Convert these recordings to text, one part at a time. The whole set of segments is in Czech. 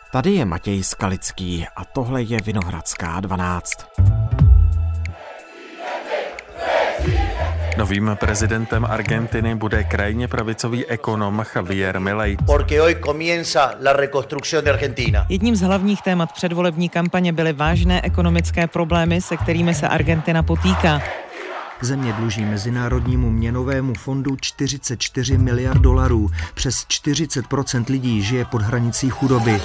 Tady je Matěj Skalický a tohle je Vinohradská 12. Novým prezidentem Argentiny bude krajně pravicový ekonom Javier Milei. Porque hoy comienza la reconstrucción de Argentina. Jedním z hlavních témat předvolební kampaně byly vážné ekonomické problémy, se kterými se Argentina potýká. Země dluží Mezinárodnímu měnovému fondu 44 miliard dolarů. Přes 40% lidí žije pod hranicí chudoby.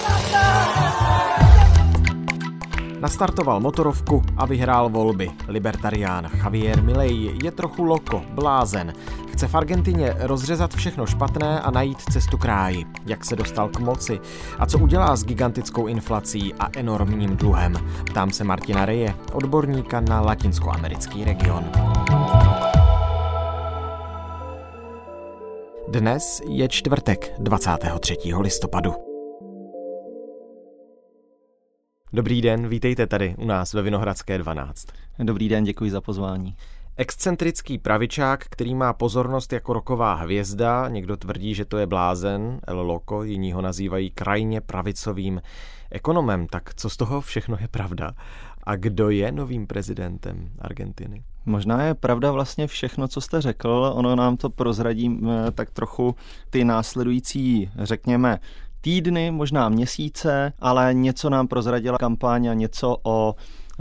Nastartoval motorovku a vyhrál volby. Libertarián Javier Milei je trochu loko, blázen. Chce v Argentině rozřezat všechno špatné a najít cestu k ráji. Jak se dostal k moci a co udělá s gigantickou inflací a enormním dluhem? Ptám se Martina Reje, odborníka na latinskoamerický region. Dnes je čtvrtek, 23. listopadu. Dobrý den, vítejte tady u nás ve Vinohradské 12. Dobrý den, děkuji za pozvání. Excentrický pravičák, který má pozornost jako roková hvězda, někdo tvrdí, že to je blázen, El Loco, jiní ho nazývají krajně pravicovým ekonomem. Tak co z toho všechno je pravda? A kdo je novým prezidentem Argentiny? Možná je pravda vlastně všechno, co jste řekl, ono nám to prozradí tak trochu ty následující, řekněme, týdny, možná měsíce, ale něco nám prozradila kampaň a něco o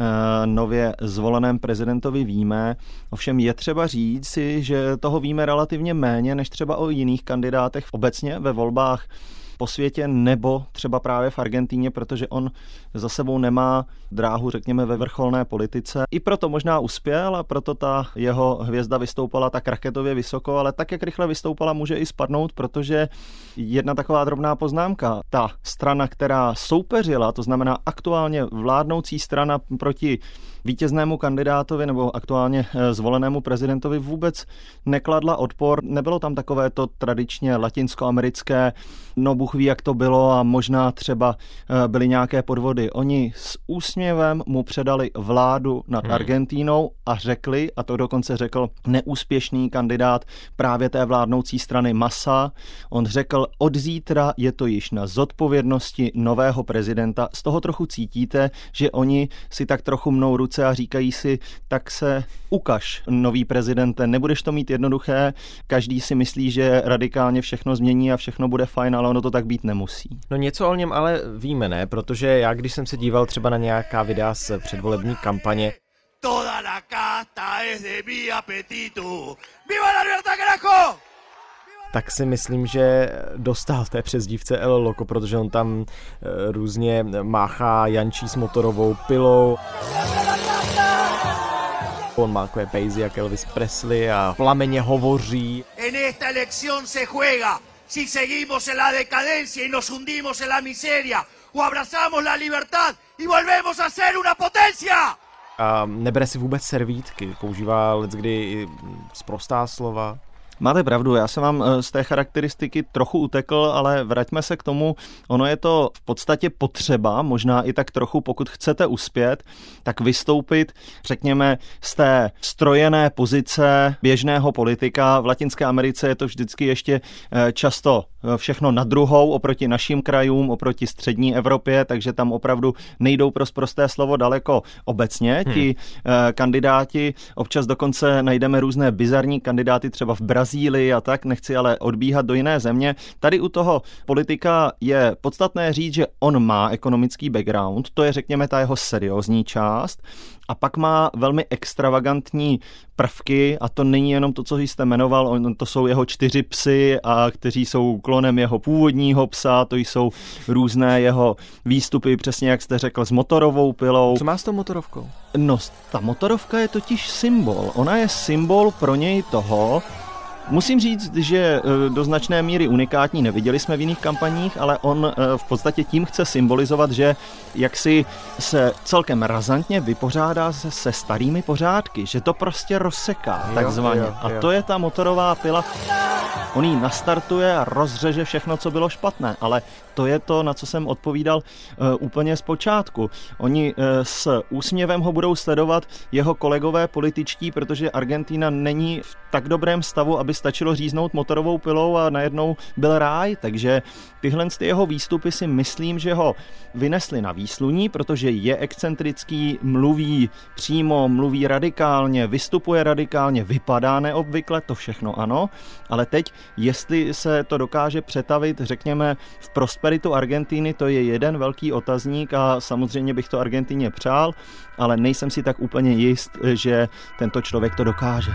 nově zvoleném prezidentovi víme. Ovšem je třeba říct si, že toho víme relativně méně než třeba o jiných kandidátech obecně ve volbách po světě nebo třeba právě v Argentíně, protože on za sebou nemá dráhu, řekněme, ve vrcholné politice. I proto možná uspěl a proto ta jeho hvězda vystoupala tak raketově vysoko, ale tak, jak rychle vystoupala, může i spadnout, protože jedna taková drobná poznámka. Ta strana, která soupeřila, to znamená aktuálně vládnoucí strana proti vítěznému kandidátovi nebo aktuálně zvolenému prezidentovi, vůbec nekladla odpor. Nebylo tam takové to tradičně latinskoamerické, no Bůh ví, jak to bylo a možná třeba byly nějaké podvody. Oni s úsměvem mu předali vládu nad Argentínou a řekli, a to dokonce řekl neúspěšný kandidát právě té vládnoucí strany Massa, on řekl, od zítra je to již na zodpovědnosti nového prezidenta. Z toho trochu cítíte, že oni si tak trochu mnou ruce a říkají si, tak se ukaž, nový prezidente, nebudeš to mít jednoduché, každý si myslí, že radikálně všechno změní a všechno bude fajn, ale ono to tak být nemusí. No něco o něm ale víme, ne? Protože já, když jsem se díval třeba na nějaká videa z předvolební kampaně, Toda la casta es de mi apetito. Viva la libertad, carajo! Tak si myslím, že dostal té přezdívce El Loco, protože on tam různě máchá, jančí s motorovou pilou. On má takové pejzy jak Elvis Presley a plameně hovoří. En esta elección se juega si seguimos en la decadencia y nos hundimos en la miseria o abrazamos la libertad y volvemos a ser una potencia. A nebere si vůbec servítky, používá leckdy i sprostá slova. Máte pravdu, já jsem vám z té charakteristiky trochu utekl, ale vraťme se k tomu, ono je to v podstatě potřeba, možná i tak trochu, pokud chcete uspět, tak vystoupit, řekněme, z té strojené pozice běžného politika. V Latinské Americe je to vždycky ještě často všechno na druhou oproti našim krajům, oproti střední Evropě, takže tam opravdu nejdou pro sprosté slovo daleko obecně. Ti kandidáti, občas dokonce najdeme různé bizarní kandidáty třeba v Brazílii a tak, nechci ale odbíhat do jiné země. Tady u toho politika je podstatné říct, že on má ekonomický background, to je řekněme ta jeho seriózní část, a pak má velmi extravagantní prvky a to není jenom to, co jste jmenoval, to jsou jeho 4 psy, a kteří jsou klonem jeho původního psa, to jsou různé jeho výstupy, přesně jak jste řekl, s motorovou pilou. Co má s tou motorovkou? No, ta motorovka je totiž symbol. Ona je symbol pro něj toho, musím říct, že do značné míry unikátní, neviděli jsme v jiných kampaních, ale on v podstatě tím chce symbolizovat, že jaksi se celkem razantně vypořádá se starými pořádky, že to prostě rozseká takzvaně. A to je ta motorová pila. On ji nastartuje a rozřeže všechno, co bylo špatné, ale to je to, na co jsem odpovídal úplně zpočátku. Oni s úsměvem ho budou sledovat jeho kolegové političtí, protože Argentina není v tak dobrém stavu, aby by stačilo říznout motorovou pilou a najednou byl ráj, takže tyhle jeho výstupy si myslím, že ho vynesli na výsluní, protože je excentrický, mluví přímo, mluví radikálně, vystupuje radikálně, vypadá neobvykle, to všechno ano, ale teď, jestli se to dokáže přetavit, řekněme, v prosperitu Argentiny, to je jeden velký otazník a samozřejmě bych to Argentině přál, ale nejsem si tak úplně jist, že tento člověk to dokáže.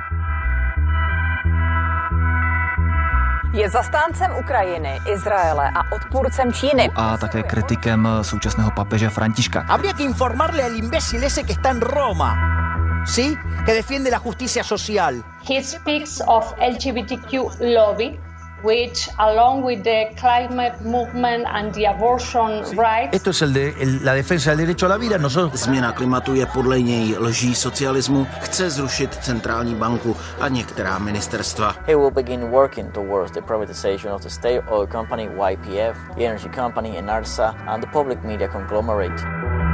Je zastáncem Ukrajiny, Izraele a odpůrcem Číny. A také kritikem současného papeže Františka. Habría que informarle al imbécil ese que está en Roma, ¿sí? Que defiende la justicia social. He speaks of LGBTQ lobby, which, along with the climate movement and the abortion rights... Esto es la defensa del derecho a la vida. Změna klimatu je podle něj lží socialismu, chce zrušit centrální banku a některá ministerstva. He will begin working towards the privatization of the state oil company YPF, the energy company Enarsa and the public media conglomerate.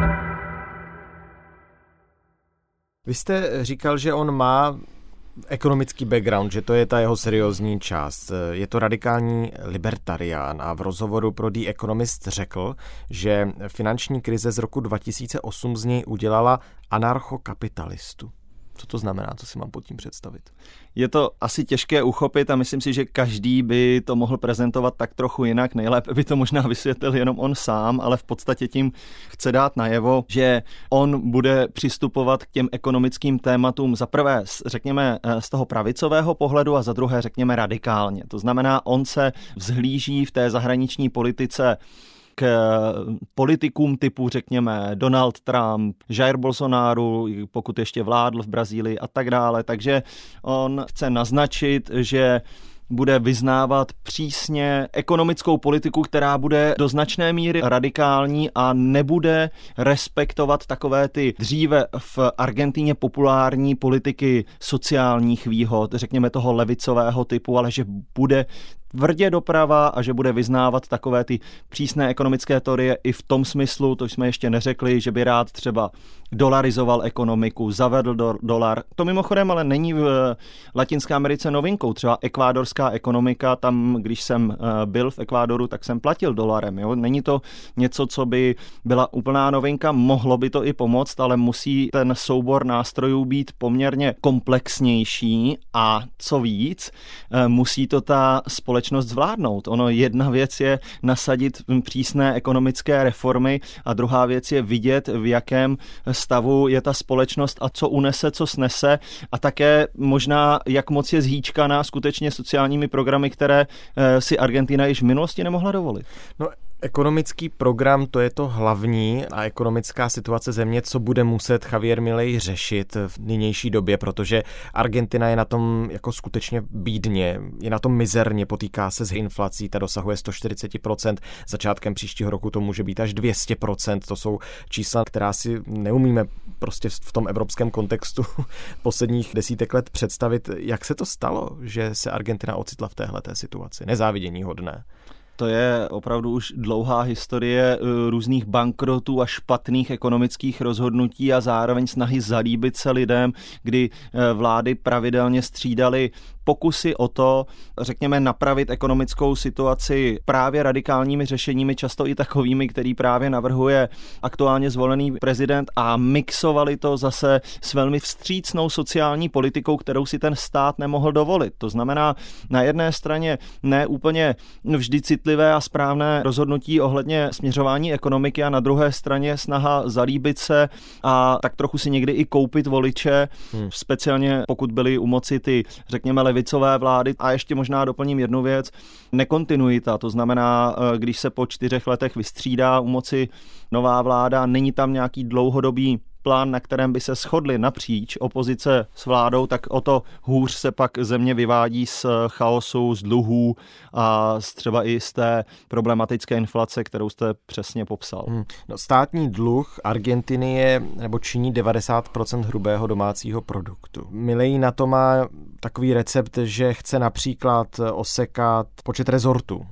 Vy jste říkal, že on má ekonomický background, že to je ta jeho seriózní část. Je to radikální libertarián a v rozhovoru pro The Economist řekl, že finanční krize z roku 2008 z něj udělala anarchokapitalistu. Co to znamená? Co si mám pod tím představit? Je to asi těžké uchopit a myslím si, že každý by to mohl prezentovat tak trochu jinak. Nejlépe by to možná vysvětlil jenom on sám, ale v podstatě tím chce dát najevo, že on bude přistupovat k těm ekonomickým tématům za prvé, řekněme, z toho pravicového pohledu a za druhé, řekněme, radikálně. To znamená, on se vzhlíží v té zahraniční politice k politikům typu, řekněme, Donald Trump, Jair Bolsonaro, pokud ještě vládl v Brazílii a tak dále. Takže on chce naznačit, že bude vyznávat přísně ekonomickou politiku, která bude do značné míry radikální a nebude respektovat takové ty dříve v Argentině populární politiky sociálních výhod, řekněme toho levicového typu, ale že bude tvrdě doprava a že bude vyznávat takové ty přísné ekonomické teorie i v tom smyslu, to jsme ještě neřekli, že by rád třeba dolarizoval ekonomiku, zavedl dolar. To mimochodem ale není v Latinské Americe novinkou. Třeba ekvádorská ekonomika, tam, když jsem byl v Ekvádoru, tak jsem platil dolarem. Jo? Není to něco, co by byla úplná novinka, mohlo by to i pomoct, ale musí ten soubor nástrojů být poměrně komplexnější a co víc, musí to ta společnost zvládnout. Ono jedna věc je nasadit přísné ekonomické reformy a druhá věc je vidět, v jakém stavu je ta společnost a co unese, co snese a také možná, jak moc je zhýčkaná skutečně sociálními programy, které si Argentina již v minulosti nemohla dovolit. No, ekonomický program, to je to hlavní a ekonomická situace země, co bude muset Javier Milei řešit v nynější době, protože Argentina je na tom jako skutečně bídně, je na tom mizerně, potýká se s inflací, ta dosahuje 140%, začátkem příštího roku to může být až 200%, to jsou čísla, která si neumíme prostě v tom evropském kontextu posledních desítek let představit. Jak se to stalo, že se Argentina ocitla v téhleté situaci? Nezáviděníhodné. To je opravdu už dlouhá historie různých bankrotů a špatných ekonomických rozhodnutí a zároveň snahy zalíbit se lidem, kdy vlády pravidelně střídaly pokusy o to, řekněme, napravit ekonomickou situaci právě radikálními řešeními, často i takovými, který právě navrhuje aktuálně zvolený prezident a mixovali to zase s velmi vstřícnou sociální politikou, kterou si ten stát nemohl dovolit. To znamená na jedné straně ne úplně vždy citlivé a správné rozhodnutí ohledně směřování ekonomiky a na druhé straně snaha zalíbit se a tak trochu si někdy i koupit voliče, speciálně pokud byly u moci ty, řekněme, levicové vlády. A ještě možná doplním jednu věc, nekontinuita, to znamená, když se po 4 letech vystřídá u moci nová vláda, není tam nějaký dlouhodobý plán, na kterém by se shodli napříč opozice s vládou, tak o to hůř se pak země vyvádí z chaosu, z dluhů a třeba i z té problematické inflace, kterou jste přesně popsal. No, státní dluh Argentiny je, nebo činí 90% hrubého domácího produktu. Milei na to má takový recept, že chce například osekat počet rezortů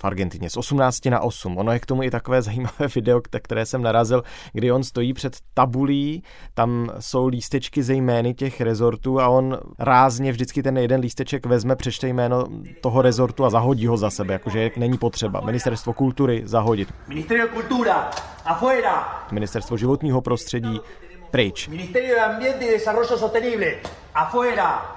v Argentině z 18-8. Ono je k tomu i takové zajímavé video, které jsem narazil, kdy on stojí před tabulí, tam jsou lístečky ze jmény těch rezortů a on rázně vždycky ten jeden lísteček vezme, přečte jméno toho rezortu a zahodí ho za sebe, jakože není potřeba. Ministerstvo kultury zahodit. Ministerio de Cultura, afuera. Ministerstvo životního prostředí, pryč. Ministerio de Ambiente y Desarrollo Sostenible, afuera.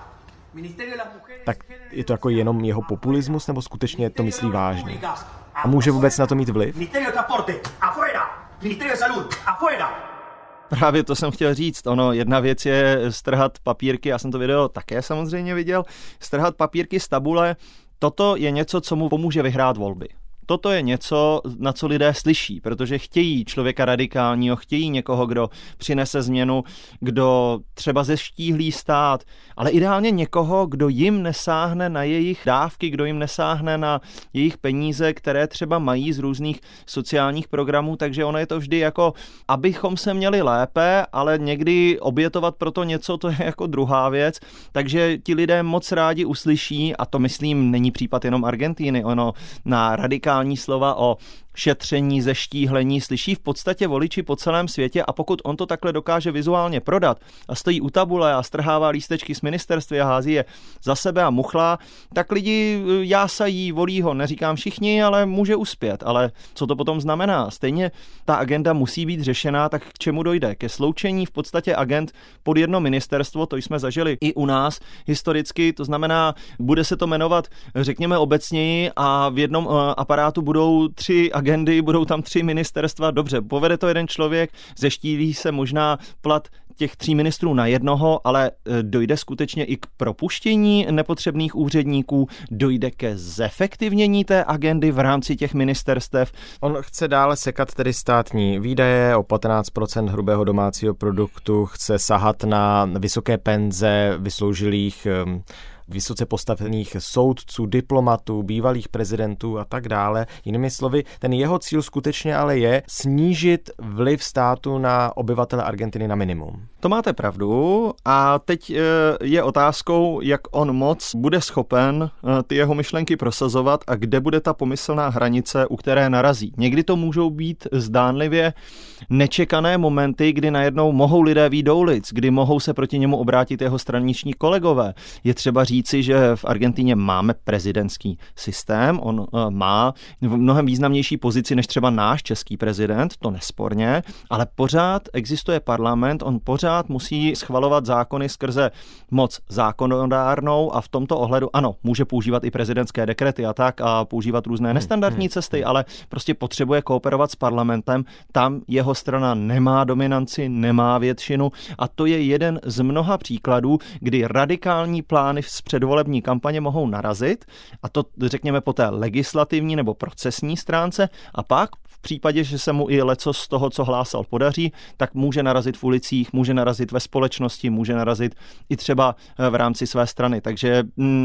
Tak je to jako jenom jeho populismus, nebo skutečně to myslí vážně? A může vůbec na to mít vliv? Ministerio de Transporte, afuera. Ministerio de Salud, afuera. Právě to jsem chtěl říct. Ono, jedna věc je strhat papírky, já jsem to video také samozřejmě viděl, strhat papírky z tabule, toto je něco, co mu pomůže vyhrát volby. Toto je něco, na co lidé slyší, protože chtějí člověka radikálního, chtějí někoho, kdo přinese změnu, kdo třeba zeštíhlí stát, ale ideálně někoho, kdo jim nesáhne na jejich dávky, kdo jim nesáhne na jejich peníze, které třeba mají z různých sociálních programů, takže ono je to vždy jako, abychom se měli lépe, ale někdy obětovat pro to něco, to je jako druhá věc, takže ti lidé moc rádi uslyší, a to myslím není případ jenom Argentiny, ono na radikální slova o šetření, zeštíhlení slyší v podstatě voliči po celém světě a pokud on to takhle dokáže vizuálně prodat a stojí u tabule a strhává lístečky z ministerství a hází je za sebe a muchlá, tak lidi jásají, volí ho, neříkám všichni, ale může uspět. Ale co to potom znamená? Stejně ta agenda musí být řešená, tak k čemu dojde? Ke sloučení v podstatě agent pod jedno ministerstvo, to jsme zažili i u nás historicky, to znamená, bude se to jmenovat, řekněme obecněji a v jednom aparátu budou 3 agendy, budou tam 3 ministerstva, dobře, povede to jeden člověk, zeštílí se možná plat těch 3 ministrů na jednoho, ale dojde skutečně i k propuštění nepotřebných úředníků, dojde ke zefektivnění té agendy v rámci těch ministerstev. On chce dále sekat tedy státní výdaje o 15% hrubého domácího produktu, chce sahat na vysoké penze vysloužilých vysoce postavených soudců, diplomatů, bývalých prezidentů a tak dále. Jinými slovy, ten jeho cíl skutečně ale je snížit vliv státu na obyvatele Argentiny na minimum. To máte pravdu a teď je otázkou, jak on moc bude schopen ty jeho myšlenky prosazovat a kde bude ta pomyslná hranice, u které narazí. Někdy to můžou být zdánlivě nečekané momenty, kdy najednou mohou lidé vyjít do ulic, kdy mohou se proti němu obrátit jeho straniční kolegové. Je třeba říci, že v Argentině máme prezidentský systém, on má v mnohem významnější pozici než třeba náš český prezident, to nesporně, ale pořád existuje parlament, on pořád musí schvalovat zákony skrze moc zákonodárnou a v tomto ohledu ano, může používat i prezidentské dekrety a tak a používat různé nestandardní cesty, ale prostě potřebuje kooperovat s parlamentem, tam jeho strana nemá dominanci, nemá většinu a to je jeden z mnoha příkladů, kdy radikální plány z předvolební kampaně mohou narazit a to řekněme po té legislativní nebo procesní stránce a pak v případě, že se mu i lecos z toho, co hlásal, podaří, tak může narazit v ulicích, může narazit ve společnosti, může narazit i třeba v rámci své strany. Takže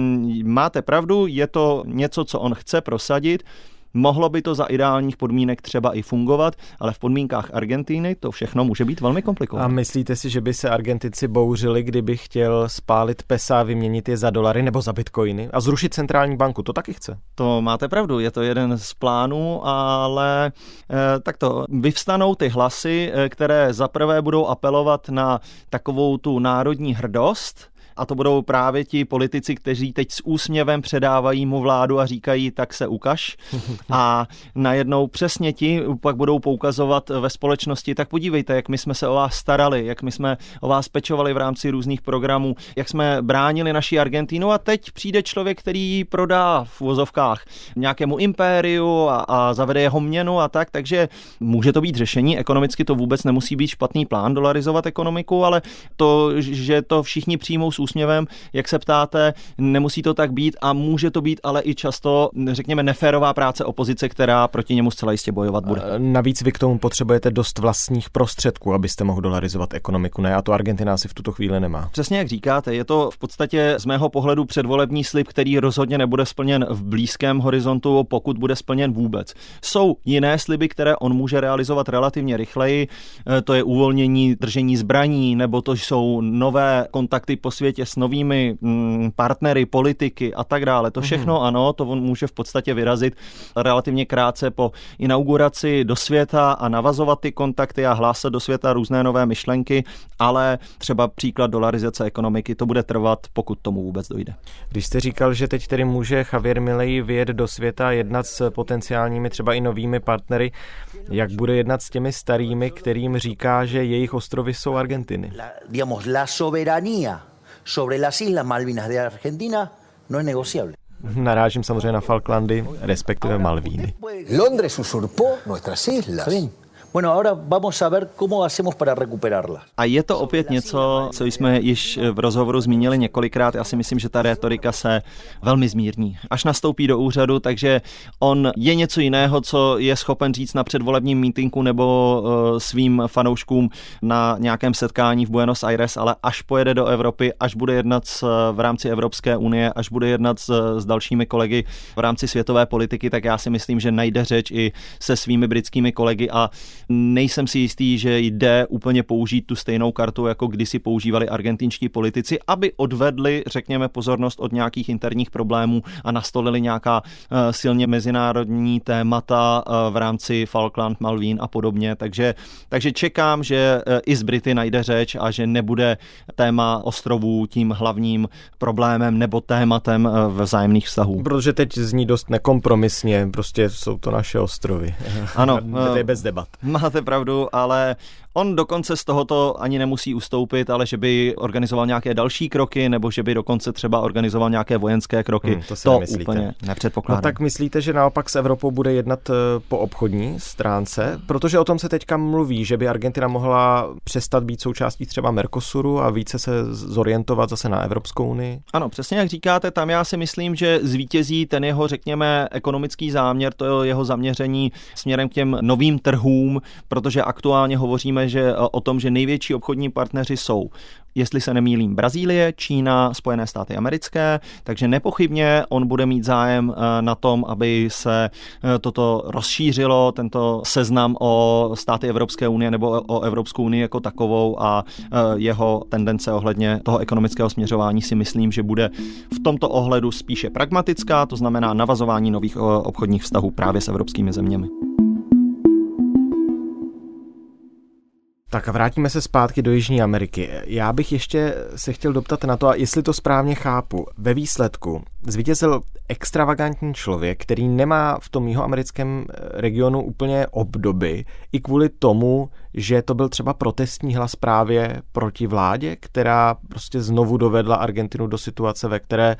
máte pravdu, je to něco, co on chce prosadit. Mohlo by to za ideálních podmínek třeba i fungovat, ale v podmínkách Argentiny to všechno může být velmi komplikované. A myslíte si, že by se Argentinci bouřili, kdyby chtěl spálit pesa, vyměnit je za dolary nebo za bitcoiny a zrušit centrální banku? To taky chce. To máte pravdu, je to jeden z plánů, ale takto vyvstanou ty hlasy, které zaprvé budou apelovat na takovou tu národní hrdost, a to budou právě ti politici, kteří teď s úsměvem předávají mu vládu a říkají, tak se ukaž. A najednou přesně ti pak budou poukazovat ve společnosti, tak podívejte, jak my jsme se o vás starali, jak my jsme o vás pečovali v rámci různých programů, jak jsme bránili naši Argentinu a teď přijde člověk, který ji prodá v uvozovkách nějakému impériu a zavede jeho měnu a tak, takže může to být řešení, ekonomicky to vůbec nemusí být špatný plán dolarizovat ekonomiku, ale to, že to všichni přijmou s úsměvem, jak se ptáte, nemusí to tak být a může to být ale i často, řekněme, neférová práce opozice, která proti němu zcela jistě bojovat bude. Navíc vy k tomu potřebujete dost vlastních prostředků, abyste mohl dolarizovat ekonomiku, ne? A to Argentina asi v tuto chvíli nemá. Přesně jak říkáte, je to v podstatě z mého pohledu předvolební slib, který rozhodně nebude splněn v blízkém horizontu, pokud bude splněn vůbec. Jsou jiné sliby, které on může realizovat relativně rychleji, to je uvolnění držení zbraní, nebo to jsou nové kontakty po světě, světě s novými partnery, politiky a tak dále. To všechno ano, to on může v podstatě vyrazit relativně krátce po inauguraci do světa a navazovat ty kontakty a hlásat do světa různé nové myšlenky, ale třeba příklad dolarizace ekonomiky, to bude trvat, pokud tomu vůbec dojde. Když jste říkal, že teď tedy může Javier Milei vyjet do světa, jednat s potenciálními třeba i novými partnery, jak bude jednat s těmi starými, kterým říká, že jejich ostrovy jsou Argentiny? La soberanía sobre las Islas Malvinas de Argentina no es negociable. Narážím samozřejmě na Falklandy, respektive Malvíny. Londres usurpó nuestras islas. Bueno, ahora vamos a ver cómo hacemos para recuperarla. A je to opět něco, co jsme již v rozhovoru zmínili několikrát. Já si myslím, že ta rétorika se velmi zmírní, až nastoupí do úřadu, takže on je něco jiného, co je schopen říct na předvolebním mítinku nebo svým fanouškům na nějakém setkání v Buenos Aires, ale až pojede do Evropy, až bude jednat v rámci Evropské unie, až bude jednat s dalšími kolegy v rámci světové politiky, tak já si myslím, že najde řeč i se svými britskými kolegy a nejsem si jistý, že jde úplně použít tu stejnou kartu, jako kdysi používali argentinští politici, aby odvedli, řekněme, pozornost od nějakých interních problémů a nastolili nějaká silně mezinárodní témata v rámci Falkland, Malvín a podobně. Takže čekám, že i z Brity najde řeč a že nebude téma ostrovů tím hlavním problémem nebo tématem vzájemných vztahů. Protože teď zní dost nekompromisně, prostě jsou to naše ostrovy. Ano. To je bez debat. Máte pravdu, ale on dokonce z tohoto ani nemusí ustoupit, ale že by organizoval nějaké další kroky, nebo že by dokonce třeba organizoval nějaké vojenské kroky, to úplně nepředpokládám. No tak myslíte, že naopak s Evropou bude jednat po obchodní stránce? Protože o tom se teďka mluví, že by Argentina mohla přestat být součástí třeba Mercosuru a více se zorientovat zase na Evropskou unii? Ano, přesně jak říkáte, tam já si myslím, že zvítězí ten jeho, řekněme, ekonomický záměr, to jeho zaměření směrem k těm novým trhům, protože aktuálně hovoříme o tom, že největší obchodní partneři jsou, jestli se nemýlím, Brazílie, Čína, Spojené státy americké, takže nepochybně on bude mít zájem na tom, aby se toto rozšířilo, tento seznam o státy Evropské unie nebo o Evropskou unii jako takovou a jeho tendence ohledně toho ekonomického směřování si myslím, že bude v tomto ohledu spíše pragmatická, to znamená navazování nových obchodních vztahů právě s evropskými zeměmi. Tak a vrátíme se zpátky do Jižní Ameriky. Já bych ještě se chtěl doptat na to, a jestli to správně chápu. Ve výsledku zvítězil extravagantní člověk, který nemá v tom jihoamerickém regionu úplně obdoby, i kvůli tomu, že to byl třeba protestní hlas právě proti vládě, která prostě znovu dovedla Argentinu do situace, ve které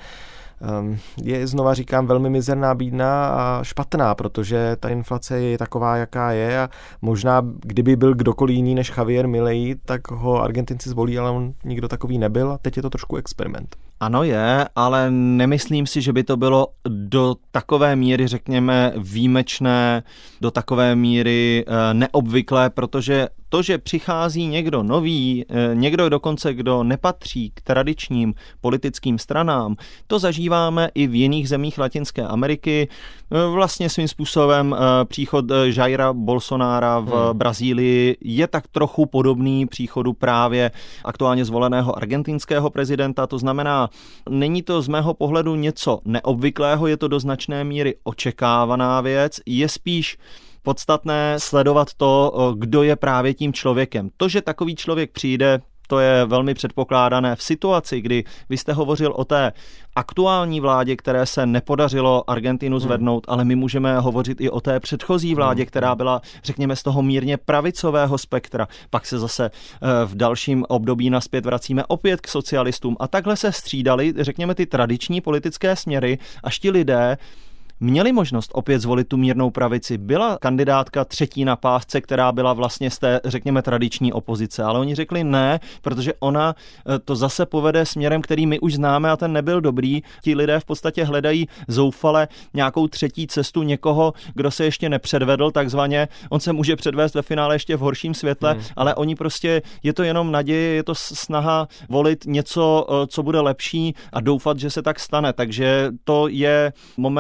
je, znova říkám, velmi mizerná, bídná a špatná, protože ta inflace je taková, jaká je a možná, kdyby byl kdokoliv jiný než Javier Milei, tak ho Argentinci zvolí, ale on nikdo takový nebyl a teď je to trošku experiment. Ano je, ale nemyslím si, že by to bylo do takové míry, řekněme, výjimečné, do takové míry neobvyklé, protože to, že přichází někdo nový, někdo dokonce, kdo nepatří k tradičním politickým stranám, to zažíváme i v jiných zemích Latinské Ameriky. Vlastně svým způsobem příchod Jaira Bolsonara v Brazílii je tak trochu podobný příchodu právě aktuálně zvoleného argentinského prezidenta, to znamená, není to z mého pohledu něco neobvyklého, je to do značné míry očekávaná věc, je spíš podstatné sledovat to, kdo je právě tím člověkem. To, že takový člověk přijde, to je velmi předpokládané v situaci, kdy vy jste hovořil o té aktuální vládě, které se nepodařilo Argentinu zvednout, ale my můžeme hovořit i o té předchozí vládě, která byla, řekněme, z toho mírně pravicového spektra. Pak se zase v dalším období nazpět vracíme opět k socialistům a takhle se střídali, řekněme, ty tradiční politické směry, až ti lidé měli možnost opět zvolit tu mírnou pravici. Byla kandidátka třetí na pásce, která byla vlastně z té, řekněme, tradiční opozice, ale oni řekli ne, protože ona to zase povede směrem, který my už známe a ten nebyl dobrý. Ti lidé v podstatě hledají zoufale nějakou třetí cestu někoho, kdo se ještě nepředvedl, takzvaně. On se může předvést ve finále ještě v horším světle, ale oni prostě, je to jenom naděje, je to snaha volit něco, co bude lepší a doufat, že se tak stane. Takže to je moment, ve kterém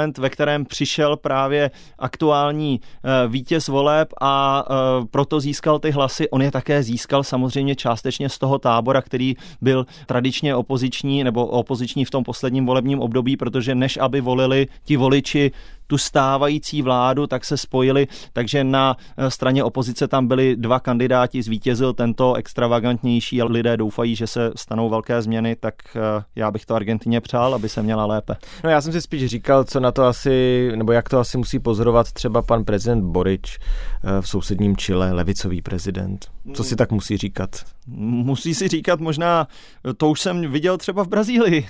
kterém přišel právě aktuální vítěz voleb a proto získal ty hlasy. On je také získal samozřejmě částečně z toho tábora, který byl tradičně opoziční nebo opoziční v tom posledním volebním období, protože než aby volili ti voliči tu stávající vládu, tak se spojili, takže na straně opozice tam byli 2 kandidáti, zvítězil tento extravagantnější a lidé doufají, že se stanou velké změny, tak já bych to Argentině přál, aby se měla lépe. No já jsem si spíš říkal, co na to asi, nebo jak to asi musí pozorovat třeba pan prezident Boric v sousedním Chile, levicový prezident. Co si tak musí říkat? Musí si říkat možná, to už jsem viděl třeba v Brazílii,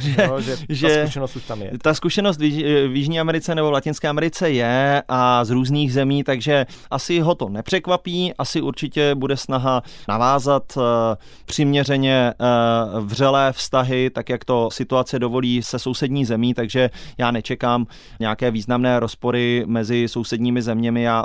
že ta zkušenost už tam je. Ta zkušenost v Jižní Americe nebo v Latinské Americe je a z různých zemí, takže asi ho to nepřekvapí, asi určitě bude snaha navázat přiměřeně vřelé vztahy, tak jak to situace dovolí se sousední zemí, takže já nečekám nějaké významné rozpory mezi sousedními zeměmi, já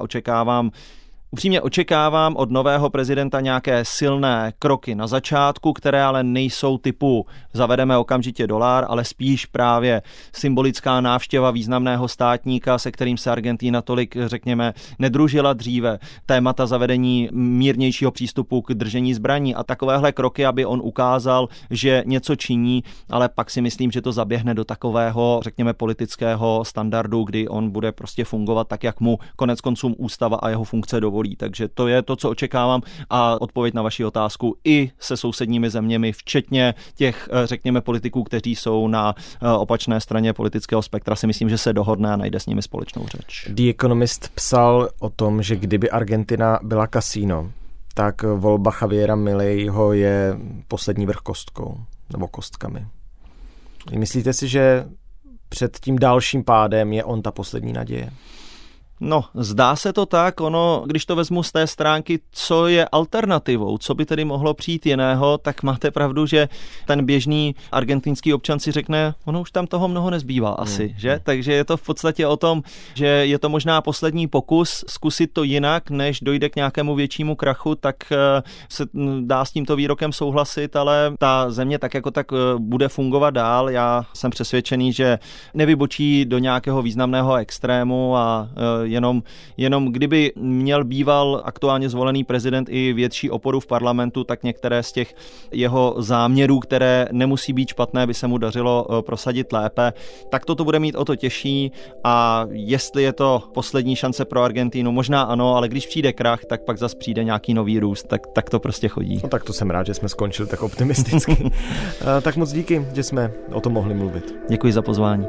upřímně očekávám od nového prezidenta nějaké silné kroky na začátku, které ale nejsou typu zavedeme okamžitě $, ale spíš právě symbolická návštěva významného státníka, se kterým se Argentina tolik, řekněme, nedružila dříve. Témata zavedení mírnějšího přístupu k držení zbraní a takovéhle kroky, aby on ukázal, že něco činí, ale pak si myslím, že to zaběhne do takového, řekněme, politického standardu, kdy on bude prostě fungovat tak, jak mu konec konců ústava a jeho funkce dovolí. Takže to je to, co očekávám a odpověď na vaši otázku i se sousedními zeměmi, včetně těch, řekněme, politiků, kteří jsou na opačné straně politického spektra, si myslím, že se dohodne a najde s nimi společnou řeč. The Economist psal o tom, že kdyby Argentina byla kasíno, tak volba Javiera Mileiho je poslední vrch kostkou nebo kostkami. Myslíte si, že před tím dalším pádem je on ta poslední naděje? No, zdá se to tak, když to vezmu z té stránky, co je alternativou, co by tedy mohlo přijít jiného, tak máte pravdu, že ten běžný argentinský občan si řekne, už tam toho mnoho nezbývá asi, že? Takže je to v podstatě o tom, že je to možná poslední pokus zkusit to jinak, než dojde k nějakému většímu krachu, tak se dá s tímto výrokem souhlasit, ale ta země tak jako tak bude fungovat dál. Já jsem přesvědčený, že nevybočí do nějakého významného extrému a jenom kdyby měl býval aktuálně zvolený prezident i větší oporu v parlamentu, tak některé z těch jeho záměrů, které nemusí být špatné, by se mu dařilo prosadit lépe, tak toto bude mít o to těžší a jestli je to poslední šance pro Argentínu, možná ano, ale když přijde krach, tak pak zas přijde nějaký nový růst, tak to prostě chodí. No tak to jsem rád, že jsme skončili tak optimisticky. Tak moc díky, že jsme o tom mohli mluvit. Děkuji za pozvání.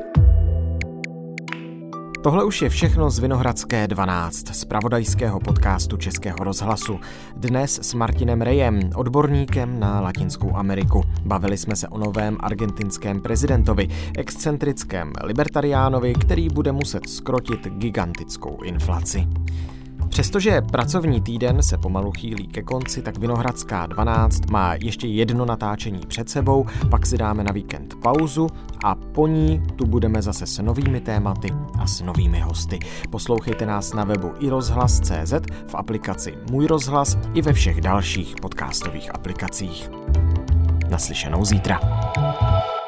Tohle už je všechno z Vinohradské 12, z zpravodajského podcastu Českého rozhlasu. Dnes s Martinem Rejem, odborníkem na Latinskou Ameriku. Bavili jsme se o novém argentinském prezidentovi, excentrickém libertariánovi, který bude muset zkrotit gigantickou inflaci. Přestože pracovní týden se pomalu chýlí ke konci, tak Vinohradská 12 má ještě jedno natáčení před sebou, pak si dáme na víkend pauzu a po ní tu budeme zase s novými tématy a s novými hosty. Poslouchejte nás na webu iRozhlas.cz, v aplikaci Můj rozhlas i ve všech dalších podcastových aplikacích. Naslyšenou zítra.